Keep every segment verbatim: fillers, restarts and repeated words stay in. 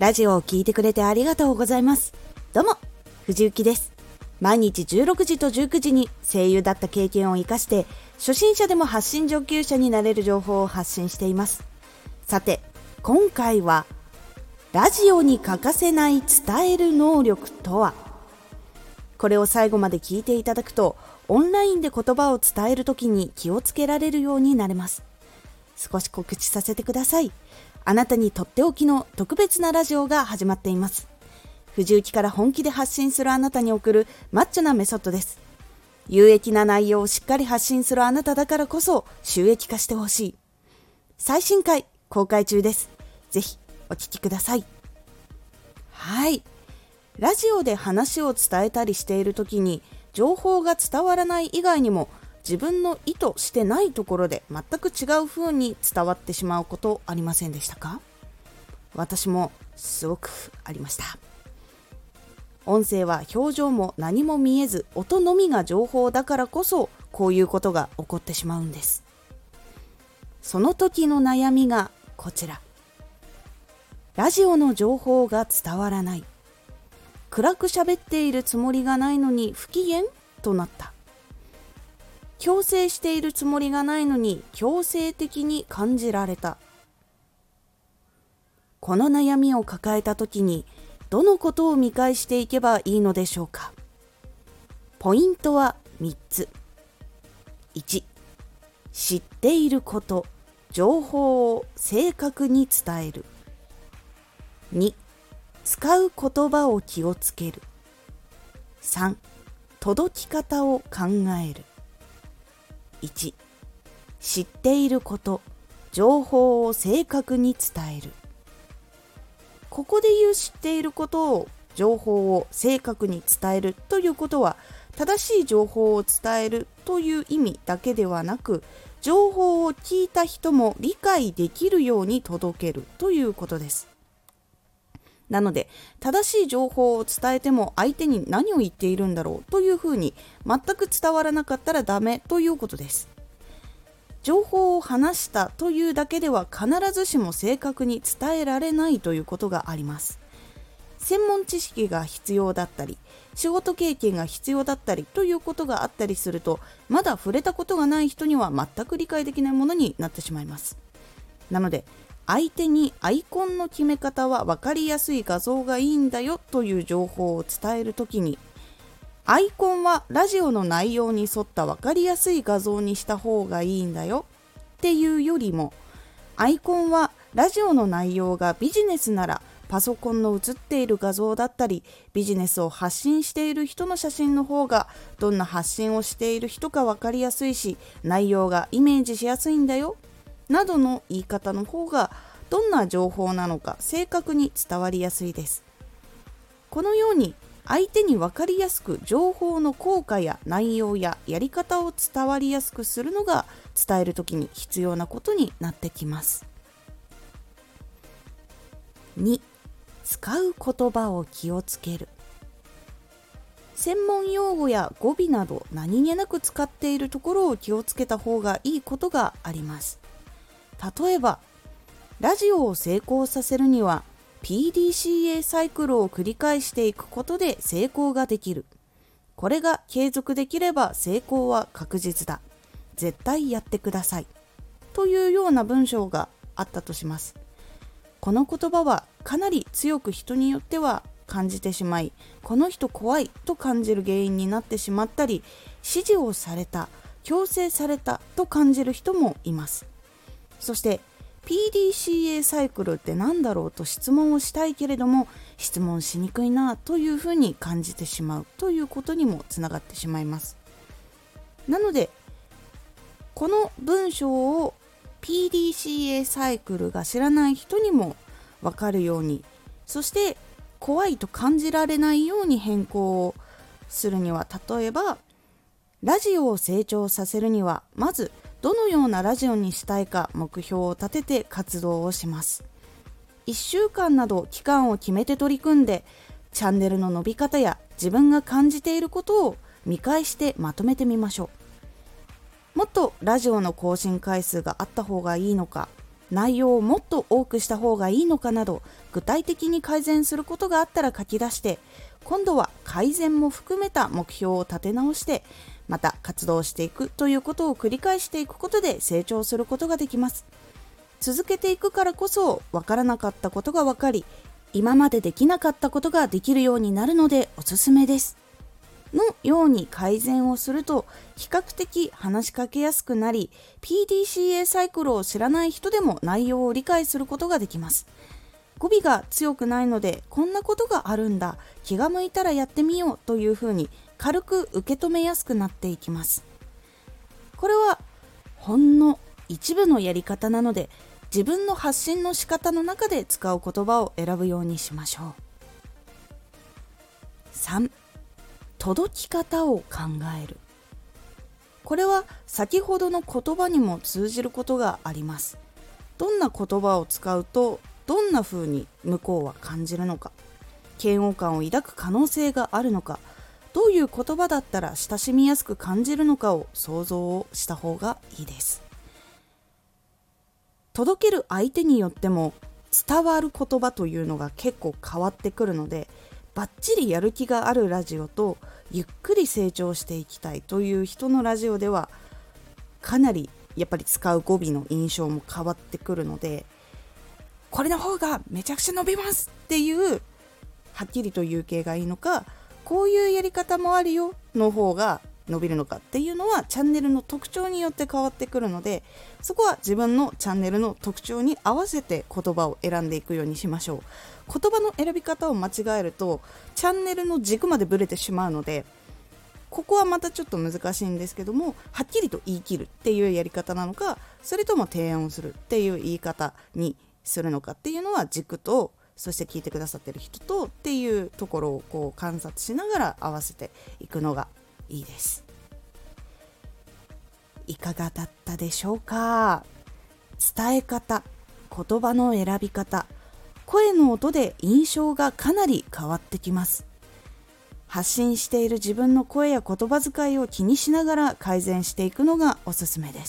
ラジオを聞いてくれてありがとうございます。どうも、藤幸です。毎日じゅうろくじとじゅうくじに声優だった経験を生かして初心者でも発信上級者になれる情報を発信しています。さて、今回はラジオに欠かせない伝える能力とは。これを最後まで聞いていただくと、オンラインで言葉を伝えるときに気をつけられるようになれます。少し告知させてください。あなたにとっておきの特別なラジオが始まっています。藤幸から本気で発信するあなたに送るマッチョなメソッドです。有益な内容をしっかり発信するあなただからこそ収益化してほしい。最新回公開中です。ぜひお聞きください。はい。ラジオで話を伝えたりしているときに情報が伝わらない以外にも、自分の意図してないところで全く違う風に伝わってしまうことありませんでしたか？私もすごくありました。音声は表情も何も見えず、音のみが情報だからこそこういうことが起こってしまうんです。その時の悩みがこちら。ラジオの情報が伝わらない。暗く喋っているつもりがないのに不機嫌となった。強制しているつもりがないのに強制的に感じられた。この悩みを抱えたときにどのことを見返していけばいいのでしょうか。ポイントはみっつ。いち、知っていること、情報を正確に伝える。に、使う言葉を気をつける。さん、届き方を考える。いち、知っていること、情報を正確に伝える。ここで言う知っていることを、情報を正確に伝えるということは、正しい情報を伝えるという意味だけではなく、情報を聞いた人も理解できるように届けるということです。なので、正しい情報を伝えても相手に何を言っているんだろうというふうに全く伝わらなかったらダメということです。情報を話したというだけでは必ずしも正確に伝えられないということがあります。専門知識が必要だったり、仕事経験が必要だったりということがあったりすると、まだ触れたことがない人には全く理解できないものになってしまいます。なので、相手にアイコンの決め方は分かりやすい画像がいいんだよという情報を伝えるときに、アイコンはラジオの内容に沿った分かりやすい画像にした方がいいんだよっていうよりも、アイコンはラジオの内容がビジネスならパソコンの写っている画像だったり、ビジネスを発信している人の写真の方がどんな発信をしている人か分かりやすいし、内容がイメージしやすいんだよなどの言い方の方が、どんな情報なのか正確に伝わりやすいです。このように相手に分かりやすく情報の効果や内容ややり方を伝わりやすくするのが伝えるときに必要なことになってきます。に、使う言葉を気をつける。専門用語や語尾など何気なく使っているところを気をつけた方がいいことがあります。例えば、ラジオを成功させるには ピーディーシーエー サイクルを繰り返していくことで成功ができる。これが継続できれば成功は確実だ。絶対やってください。というような文章があったとします。この言葉はかなり強く人によっては感じてしまい、この人怖いと感じる原因になってしまったり、指示をされた、強制されたと感じる人もいます。そして ピーディーシーエー サイクルって何だろうと質問をしたいけれども、質問しにくいなというふうに感じてしまうということにもつながってしまいます。なので、この文章を ピーディーシーエー サイクルが知らない人にも分かるように、そして怖いと感じられないように変更をするには、例えばラジオを成長させるにはまずどのようなラジオにしたいか目標を立てて活動をします。いっしゅうかんなど期間を決めて取り組んで、チャンネルの伸び方や自分が感じていることを見返してまとめてみましょう。もっとラジオの更新回数があった方がいいのか、 内容をもっと多くした方がいいのかなど、具体的に改善することがあったら書き出して、今度は改善も含めた目標を立て直してまた活動していくということを繰り返していくことで成長することができます。続けていくからこそ分からなかったことが分かり、今までできなかったことができるようになるのでおすすめですのように改善をすると、比較的話しかけやすくなり、 ピーディーシーエー サイクルを知らない人でも内容を理解することができます。語尾が強くないので、こんなことがあるんだ、気が向いたらやってみようというふうに軽く受け止めやすくなっていきます。これはほんの一部のやり方なので、自分の発信の仕方の中で使う言葉を選ぶようにしましょう。さん、届き方を考える。これは先ほどの言葉にも通じることがあります。どんな言葉を使うとどんな風に向こうは感じるのか、嫌悪感を抱く可能性があるのか、どういう言葉だったら親しみやすく感じるのかを想像をした方がいいです。届ける相手によっても伝わる言葉というのが結構変わってくるので、バッチリやる気があるラジオとゆっくり成長していきたいという人のラジオではかなりやっぱり使う語尾の印象も変わってくるので、これの方がめちゃくちゃ伸びますっていうはっきりと言う系がいいのか、こういうやり方もあるよの方が伸びるのかっていうのはチャンネルの特徴によって変わってくるので、そこは自分のチャンネルの特徴に合わせて言葉を選んでいくようにしましょう。言葉の選び方を間違えるとチャンネルの軸までぶれてしまうので、ここはまたちょっと難しいんですけども、はっきりと言い切るっていうやり方なのか、それとも提案をするっていう言い方にするのかっていうのは軸と、そして聞いてくださってる人とっていうところをこう観察しながら合わせていくのがいいです。いかがだったでしょうか。伝え方、言葉の選び方、声の音で印象がかなり変わってきます。発信している自分の声や言葉遣いを気にしながら改善していくのがおすすめです。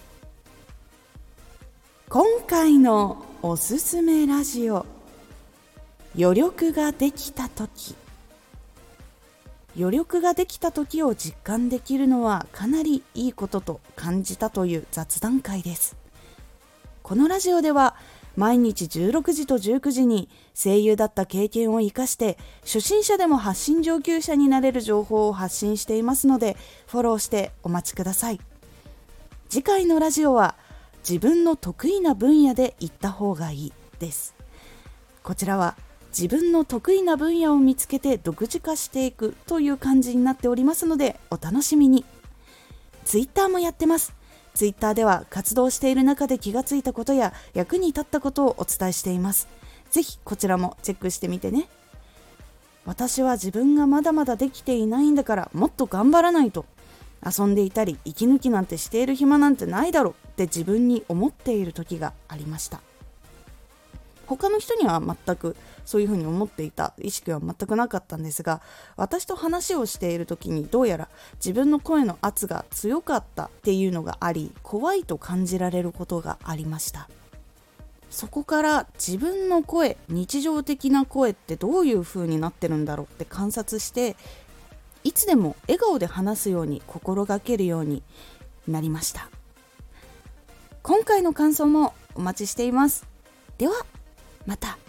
今回のおすすめラジオ、余力ができた時。余力ができた時を実感できるのはかなりいいことと感じたという雑談会です。このラジオでは毎日じゅうろくじとじゅうくじに声優だった経験を生かして初心者でも発信上級者になれる情報を発信していますので、フォローしてお待ちください。次回のラジオは自分の得意な分野で行った方がいいです。こちらは自分の得意な分野を見つけて独自化していくという感じになっておりますので、お楽しみに。ツイッターもやってます。ツイッターでは活動している中で気がついたことや役に立ったことをお伝えしています。ぜひこちらもチェックしてみてね。私は自分がまだまだできていないんだからもっと頑張らないと、遊んでいたり息抜きなんてしている暇なんてないだろって自分に思っている時がありました。他の人には全くそういうふうに思っていた意識は全くなかったんですが、私と話をしている時にどうやら自分の声の圧が強かったっていうのがあり、怖いと感じられることがありました。そこから自分の声、日常的な声ってどういうふうになってるんだろうって観察して、いつでも笑顔で話すように心がけるようになりました。今回の感想もお待ちしています。ではまた。